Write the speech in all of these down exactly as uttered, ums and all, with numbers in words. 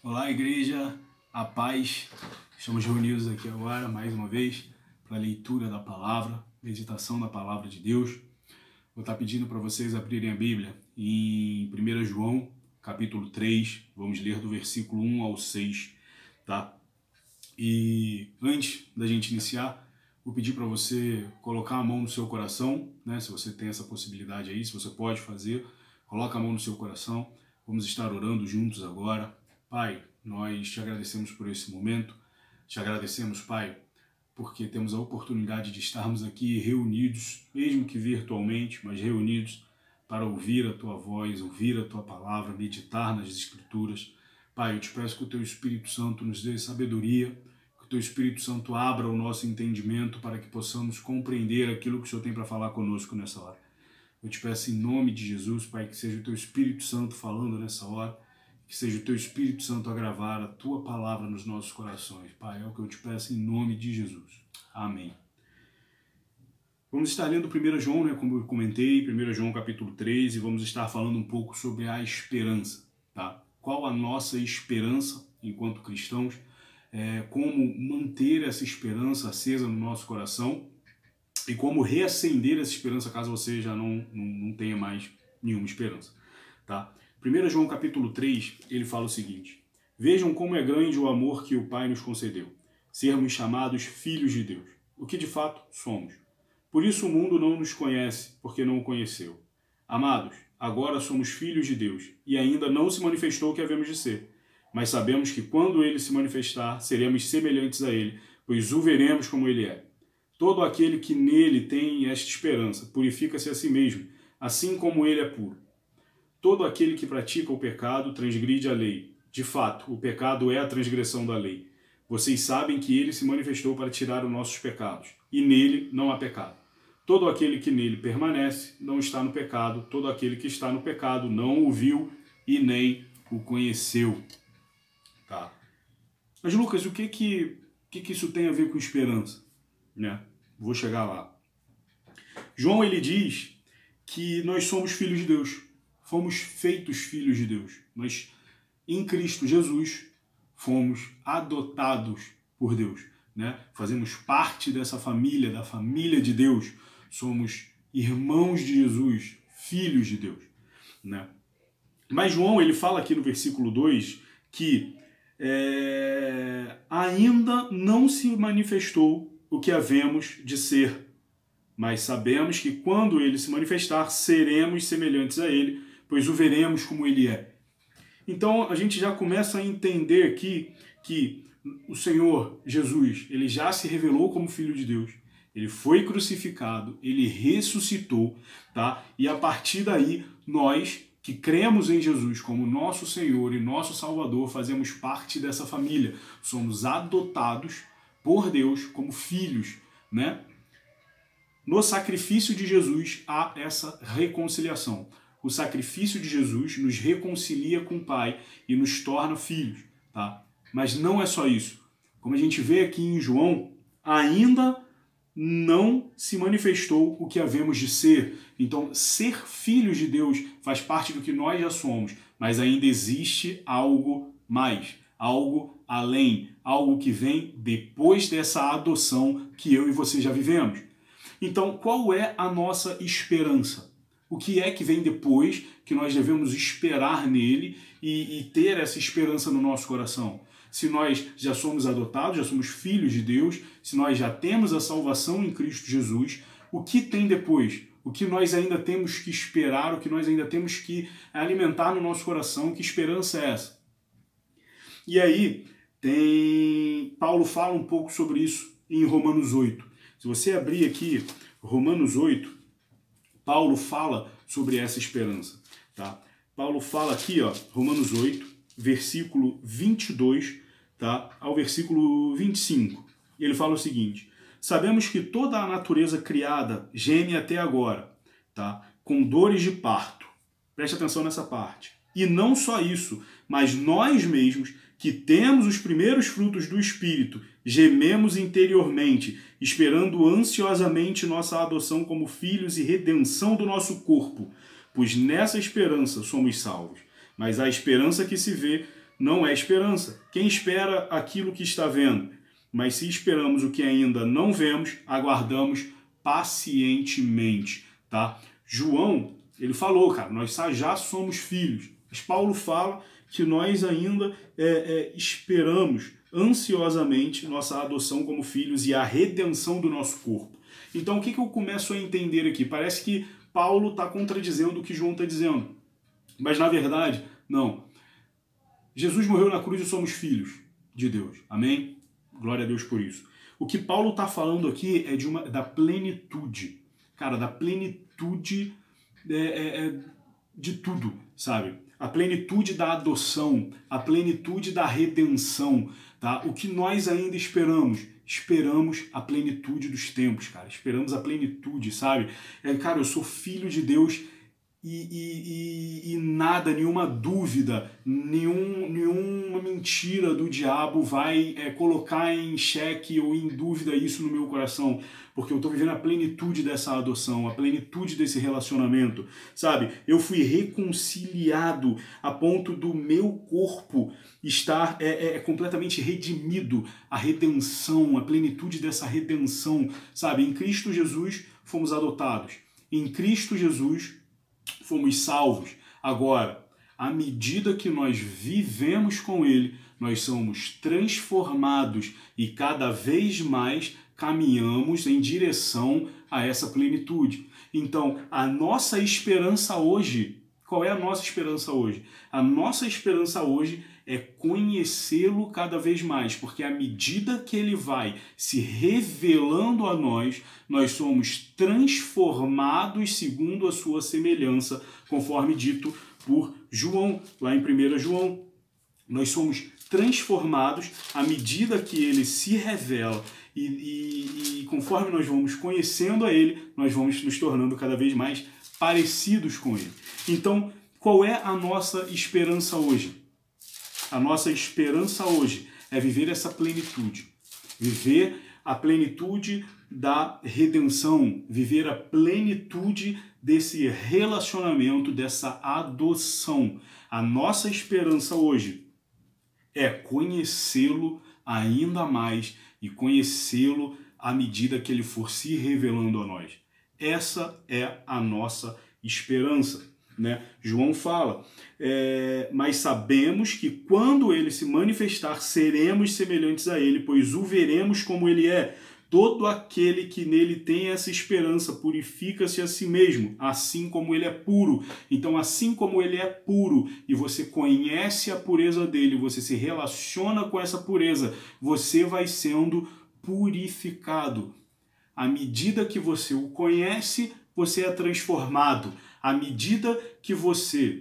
Olá, igreja, a paz. Estamos reunidos aqui agora, mais uma vez, para a leitura da palavra, meditação da palavra de Deus. Vou estar pedindo para vocês abrirem a Bíblia em primeiro João, capítulo três. Vamos ler do versículo um ao seis, tá? E antes da gente iniciar, vou pedir para você colocar a mão no seu coração, né? Se você tem essa possibilidade aí, se você pode fazer, coloca a mão no seu coração. Vamos estar orando juntos agora. Pai, nós te agradecemos por esse momento, te agradecemos, Pai, porque temos a oportunidade de estarmos aqui reunidos, mesmo que virtualmente, mas reunidos para ouvir a Tua voz, ouvir a Tua palavra, meditar nas Escrituras. Pai, eu te peço que o Teu Espírito Santo nos dê sabedoria, que o Teu Espírito Santo abra o nosso entendimento para que possamos compreender aquilo que o Senhor tem para falar conosco nessa hora. Eu te peço em nome de Jesus, Pai, que seja o Teu Espírito Santo falando nessa hora, que seja o Teu Espírito Santo a gravar a Tua palavra nos nossos corações. Pai, é o que eu te peço em nome de Jesus. Amém. Vamos estar lendo primeiro João, né, como eu comentei, primeiro João capítulo três, e vamos estar falando um pouco sobre a esperança. Tá? Qual a nossa esperança enquanto cristãos, é, como manter essa esperança acesa no nosso coração e como reacender essa esperança caso você já não, não, não tenha mais nenhuma esperança. Tá? primeiro João capítulo três, ele fala o seguinte: vejam como é grande o amor que o Pai nos concedeu, sermos chamados filhos de Deus, o que de fato somos. Por isso o mundo não nos conhece, porque não o conheceu. Amados, agora somos filhos de Deus, e ainda não se manifestou o que havemos de ser. Mas sabemos que quando ele se manifestar, seremos semelhantes a ele, pois o veremos como ele é. Todo aquele que nele tem esta esperança purifica-se a si mesmo, assim como ele é puro. Todo aquele que pratica o pecado transgride a lei. De fato, o pecado é a transgressão da lei. Vocês sabem que ele se manifestou para tirar os nossos pecados, e nele não há pecado. Todo aquele que nele permanece não está no pecado, todo aquele que está no pecado não o viu e nem o conheceu. Tá. Mas Lucas, o que que, que que isso tem a ver com esperança? Né? Vou chegar lá. João, ele diz que nós somos filhos de Deus. Fomos feitos filhos de Deus. Nós, em Cristo Jesus, fomos adotados por Deus, né? Fazemos parte dessa família, da família de Deus. Somos irmãos de Jesus, filhos de Deus, né? Mas João, ele fala aqui no versículo dois que é, ainda não se manifestou o que havemos de ser, mas sabemos que quando ele se manifestar, seremos semelhantes a ele, pois o veremos como ele é. Então a gente já começa a entender aqui que o Senhor Jesus, ele já se revelou como Filho de Deus, ele foi crucificado, ele ressuscitou, tá? E a partir daí, nós que cremos em Jesus como nosso Senhor e nosso Salvador, fazemos parte dessa família, somos adotados por Deus como filhos, né? No sacrifício de Jesus há essa reconciliação. O sacrifício de Jesus nos reconcilia com o Pai e nos torna filhos, tá? Mas não é só isso. Como a gente vê aqui em João, ainda não se manifestou o que havemos de ser. Então, ser filhos de Deus faz parte do que nós já somos, mas ainda existe algo mais, algo além, algo que vem depois dessa adoção que eu e você já vivemos. Então, qual é a nossa esperança? O que é que vem depois que nós devemos esperar nele e, e ter essa esperança no nosso coração? Se nós já somos adotados, já somos filhos de Deus, se nós já temos a salvação em Cristo Jesus, o que tem depois? O que nós ainda temos que esperar, o que nós ainda temos que alimentar no nosso coração? Que esperança é essa? E aí, tem... Paulo fala um pouco sobre isso em Romanos oito. Se você abrir aqui Romanos oito, Paulo fala sobre essa esperança, tá? Paulo fala aqui, ó, Romanos oito, versículo vinte e dois, tá, ao versículo vinte e cinco. E ele fala o seguinte: sabemos que toda a natureza criada geme até agora, tá, com dores de parto. Preste atenção nessa parte. E não só isso, mas nós mesmos, que temos os primeiros frutos do Espírito, gememos interiormente, esperando ansiosamente nossa adoção como filhos e redenção do nosso corpo, pois nessa esperança somos salvos. Mas a esperança que se vê não é esperança. Quem espera aquilo que está vendo? Mas se esperamos o que ainda não vemos, aguardamos pacientemente, tá? João, ele falou, cara, nós já somos filhos. Mas Paulo fala que nós ainda é, é, esperamos ansiosamente nossa adoção como filhos e a redenção do nosso corpo. Então, o que, que eu começo a entender aqui? Parece que Paulo está contradizendo o que João está dizendo. Mas, na verdade, não. Jesus morreu na cruz e somos filhos de Deus. Amém? Glória a Deus por isso. O que Paulo está falando aqui é de uma, da plenitude. Cara, da plenitude é, é, é, de tudo, sabe? A plenitude da adoção, a plenitude da redenção, tá? O que nós ainda esperamos? Esperamos a plenitude dos tempos, cara. Esperamos a plenitude, sabe? É, cara, eu sou filho de Deus e, e, e, e nada, nenhuma dúvida, nenhum, nenhuma mentira do diabo vai é, colocar em xeque ou em dúvida isso no meu coração, porque eu estou vivendo a plenitude dessa adoção, a plenitude desse relacionamento, sabe? Eu fui reconciliado a ponto do meu corpo estar é, é, completamente redimido, a redenção, a plenitude dessa redenção, sabe? Em Cristo Jesus fomos adotados, em Cristo Jesus fomos salvos. Agora, à medida que nós vivemos com Ele, nós somos transformados e cada vez mais caminhamos em direção a essa plenitude. Então, a nossa esperança hoje, qual é a nossa esperança hoje? A nossa esperança hoje é conhecê-lo cada vez mais, porque à medida que ele vai se revelando a nós, nós somos transformados segundo a sua semelhança, conforme dito por João, lá em primeira João. Nós somos transformados à medida que ele se revela e, e, e conforme nós vamos conhecendo a ele, nós vamos nos tornando cada vez mais parecidos com ele. Então, qual é a nossa esperança hoje? A nossa esperança hoje é viver essa plenitude, viver a plenitude da redenção, viver a plenitude desse relacionamento, dessa adoção. A nossa esperança hoje é conhecê-lo ainda mais e conhecê-lo à medida que ele for se revelando a nós. Essa é a nossa esperança, né? João fala, é, mas sabemos que quando ele se manifestar, seremos semelhantes a ele, pois o veremos como ele é. Todo aquele que nele tem essa esperança purifica-se a si mesmo, assim como ele é puro. Então, assim como ele é puro e você conhece a pureza dele, você se relaciona com essa pureza, você vai sendo purificado. À medida que você o conhece, você é transformado. À medida que você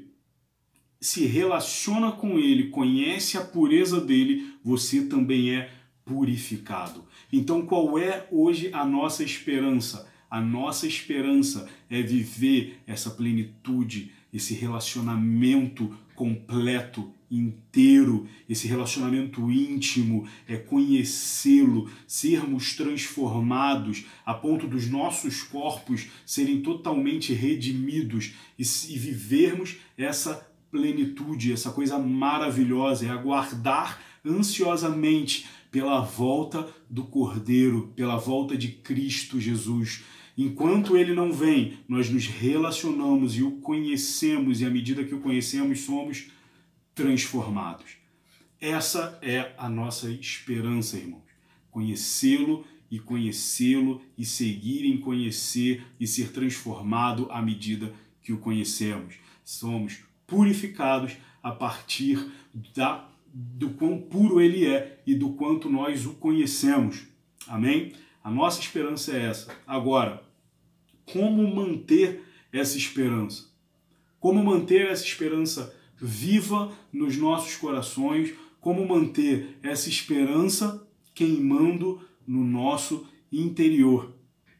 se relaciona com ele, conhece a pureza dele, você também é purificado. Então, qual é hoje a nossa esperança? A nossa esperança é viver essa plenitude, esse relacionamento completo, inteiro, esse relacionamento íntimo, é conhecê-lo, sermos transformados a ponto dos nossos corpos serem totalmente redimidos e, e vivermos essa plenitude, essa coisa maravilhosa, é aguardar ansiosamente pela volta do Cordeiro, pela volta de Cristo Jesus. Enquanto ele não vem, nós nos relacionamos e o conhecemos, e à medida que o conhecemos, somos transformados. Essa é a nossa esperança, irmãos. Conhecê-lo e conhecê-lo e seguir em conhecer e ser transformado à medida que o conhecemos. Somos purificados a partir da, do quão puro ele é e do quanto nós o conhecemos. Amém? A nossa esperança é essa. Agora, como manter essa esperança? Como manter essa esperança viva nos nossos corações? Como manter essa esperança queimando no nosso interior?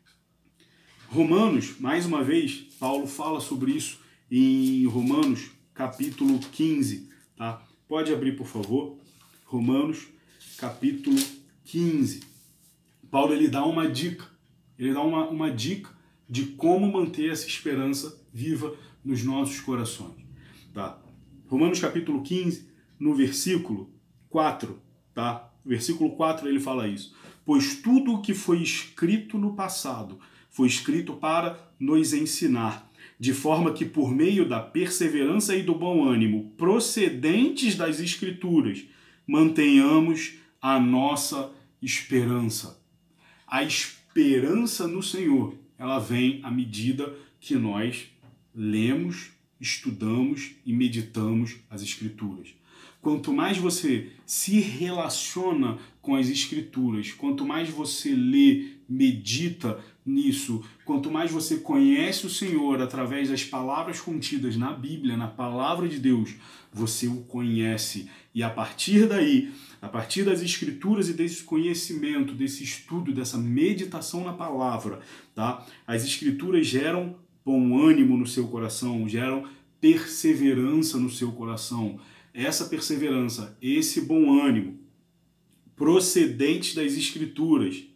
Romanos, mais uma vez, Paulo fala sobre isso em Romanos capítulo quinze. Tá? Pode abrir, por favor. Romanos capítulo quinze. Paulo ele dá uma dica. Ele dá uma, uma dica de como manter essa esperança viva nos nossos corações. Tá? Romanos capítulo quinze, no versículo quatro, tá? Versículo quatro ele fala isso. Pois tudo o que foi escrito no passado foi escrito para nos ensinar, de forma que por meio da perseverança e do bom ânimo procedentes das Escrituras, mantenhamos a nossa esperança. A esperança no Senhor, ela vem à medida que nós lemos, estudamos e meditamos as Escrituras. Quanto mais você se relaciona com as Escrituras, quanto mais você lê, medita nisso, quanto mais você conhece o Senhor através das palavras contidas na Bíblia, na Palavra de Deus, você o conhece. E a partir daí, a partir das Escrituras e desse conhecimento, desse estudo, dessa meditação na Palavra, tá? As Escrituras geram bom ânimo no seu coração, geram perseverança no seu coração. Essa perseverança, esse bom ânimo, procedentes das Escrituras,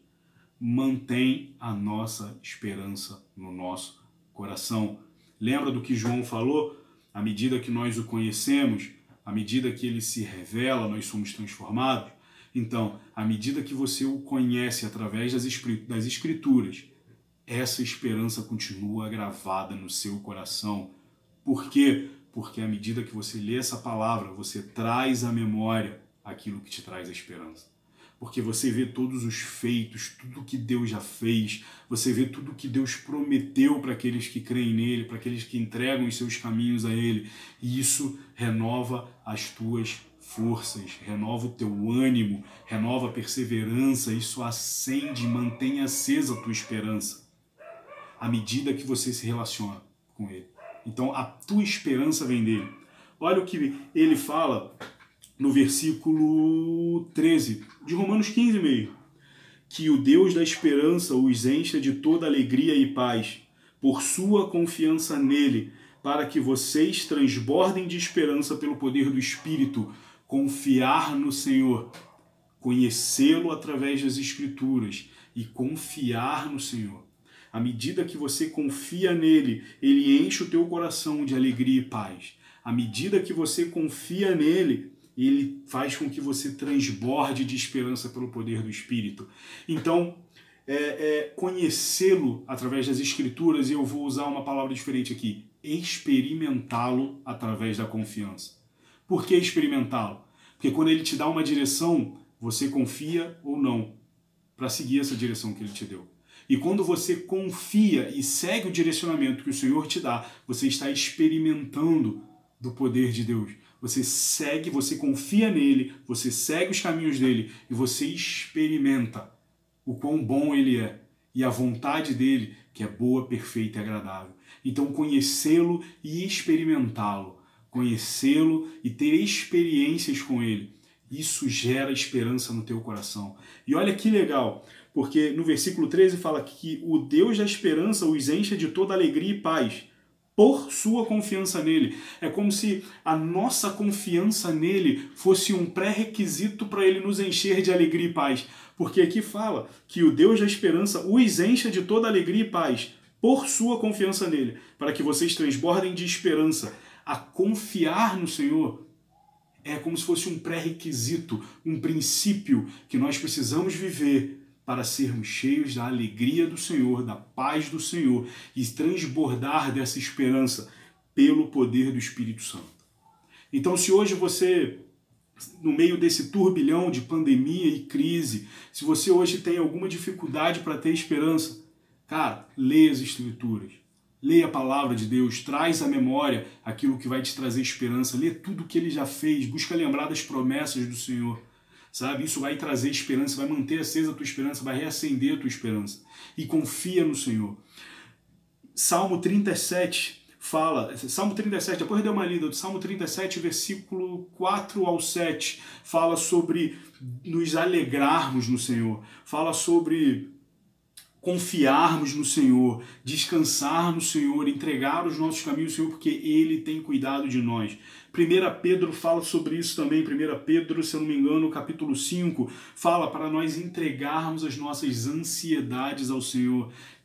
mantém a nossa esperança no nosso coração. Lembra do que João falou? À medida que nós o conhecemos, à medida que ele se revela, nós somos transformados. Então, à medida que você o conhece através das Escrituras, essa esperança continua gravada no seu coração. Por quê? Porque à medida que você lê essa palavra, você traz à memória aquilo que te traz a esperança. Porque você vê todos os feitos, tudo que Deus já fez, você vê tudo que Deus prometeu para aqueles que creem nele, para aqueles que entregam os seus caminhos a ele. E isso renova as tuas forças, renova o teu ânimo, renova a perseverança, isso acende, mantém acesa a tua esperança, à medida que você se relaciona com ele. Então a tua esperança vem dele. Olha o que ele fala no versículo treze de Romanos quinze, meio. Que o Deus da esperança os encha de toda alegria e paz, por sua confiança nele, para que vocês transbordem de esperança pelo poder do Espírito. Confiar no Senhor, conhecê-lo através das Escrituras e confiar no Senhor. À medida que você confia nele, ele enche o teu coração de alegria e paz. À medida que você confia nele, ele faz com que você transborde de esperança pelo poder do Espírito. Então, é, é, conhecê-lo através das Escrituras, e eu vou usar uma palavra diferente aqui, experimentá-lo através da confiança. Por que experimentá-lo? Porque quando ele te dá uma direção, você confia ou não para seguir essa direção que ele te deu. E quando você confia e segue o direcionamento que o Senhor te dá, você está experimentando do poder de Deus. Você segue, você confia nele, você segue os caminhos dele e você experimenta o quão bom ele é e a vontade dele, que é boa, perfeita e agradável. Então conhecê-lo e experimentá-lo, conhecê-lo e ter experiências com ele, isso gera esperança no teu coração. E olha que legal, porque no versículo treze fala que o Deus da esperança os encha de toda alegria e paz, por sua confiança nele. É como se a nossa confiança nele fosse um pré-requisito para ele nos encher de alegria e paz. Porque aqui fala que o Deus da esperança os encha de toda alegria e paz, por sua confiança nele, para que vocês transbordem de esperança. A confiar no Senhor é como se fosse um pré-requisito, um princípio que nós precisamos viver para sermos cheios da alegria do Senhor, da paz do Senhor e transbordar dessa esperança pelo poder do Espírito Santo. Então, se hoje você, no meio desse turbilhão de pandemia e crise, se você hoje tem alguma dificuldade para ter esperança, cara, leia as Escrituras, leia a palavra de Deus, traz à memória aquilo que vai te trazer esperança, lê tudo que ele já fez, busca lembrar das promessas do Senhor. Sabe? Isso vai trazer esperança, vai manter acesa a tua esperança, vai reacender a tua esperança. E confia no Senhor. Salmo trinta e sete fala, Salmo trinta e sete, depois dê uma lida, Salmo trinta e sete, versículo quatro ao sete, fala sobre nos alegrarmos no Senhor, fala sobre confiarmos no Senhor, descansar no Senhor, entregar os nossos caminhos ao Senhor, porque Ele tem cuidado de nós. primeira Pedro fala sobre isso também, primeira Pedro, se eu não me engano, capítulo cinco, fala para nós entregarmos as nossas ansiedades ao Senhor.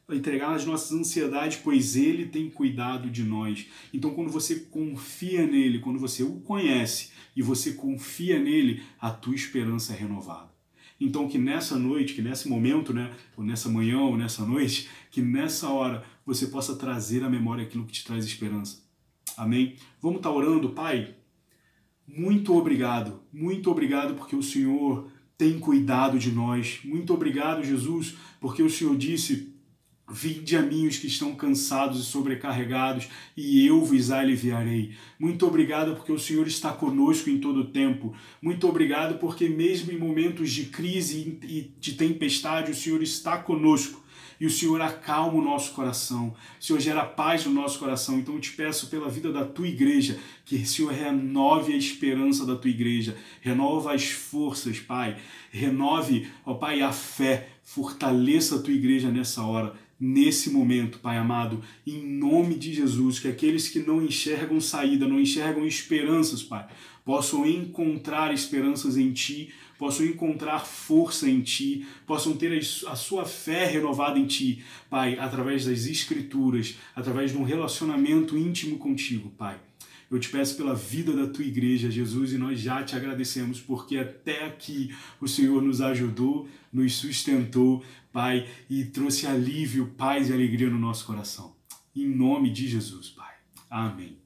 entregar as nossas ansiedades, pois Ele tem cuidado de nós. Então, quando você confia nele, quando você o conhece e você confia nele, a tua esperança é renovada. Então, que nessa noite, que nesse momento, né, ou nessa manhã, ou nessa noite, que nessa hora você possa trazer à memória aquilo que te traz esperança. Amém? Vamos estar orando, Pai? Muito obrigado, muito obrigado porque o Senhor tem cuidado de nós. Muito obrigado, Jesus, porque o Senhor disse: vinde a mim os que estão cansados e sobrecarregados, e eu vos aliviarei. Muito obrigado porque o Senhor está conosco em todo o tempo. Muito obrigado porque mesmo em momentos de crise e de tempestade, o Senhor está conosco. E o Senhor acalma o nosso coração. O Senhor gera paz no nosso coração. Então eu te peço pela vida da tua igreja, que o Senhor renove a esperança da tua igreja. Renova as forças, Pai. Renove, ó Pai, a fé. Fortaleça a tua igreja nessa hora, nesse momento, Pai amado. Em nome de Jesus, que aqueles que não enxergam saída, não enxergam esperanças, Pai, possam encontrar esperanças em Ti, possam encontrar força em Ti, possam ter a sua fé renovada em Ti, Pai, através das Escrituras, através de um relacionamento íntimo contigo, Pai. Eu te peço pela vida da tua igreja, Jesus, e nós já te agradecemos porque até aqui o Senhor nos ajudou, nos sustentou, Pai, e trouxe alívio, paz e alegria no nosso coração. Em nome de Jesus, Pai. Amém.